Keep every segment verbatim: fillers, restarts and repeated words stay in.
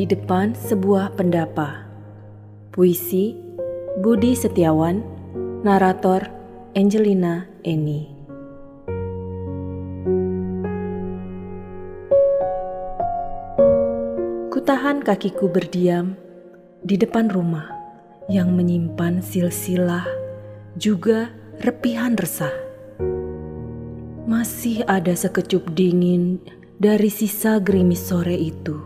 Di depan sebuah pendapa. Puisi Budi Setiawan. Narator Angelina Eni. Kutahan kakiku berdiam di depan rumah yang menyimpan silsilah juga repihan resah. Masih ada sekecup dingin dari sisa gerimis sore itu.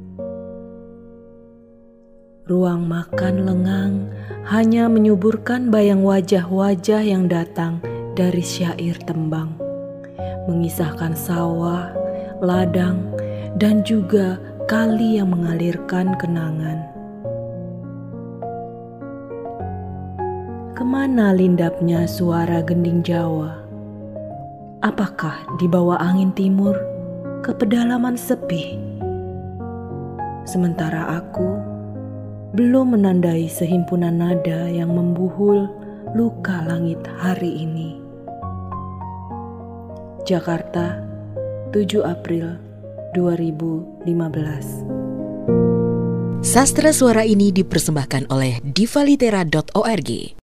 Ruang makan lengang hanya menyuburkan bayang wajah-wajah yang datang dari syair tembang, mengisahkan sawah, ladang, dan juga kali yang mengalirkan kenangan. Kemana lindapnya suara gending Jawa? Apakah dibawa angin timur ke pedalaman sepi? Sementara aku belum menandai sehimpunan nada yang membuhul luka langit hari ini. Jakarta, tujuh April dua ribu lima belas. Sastra suara ini dipersembahkan oleh diva litera dot org.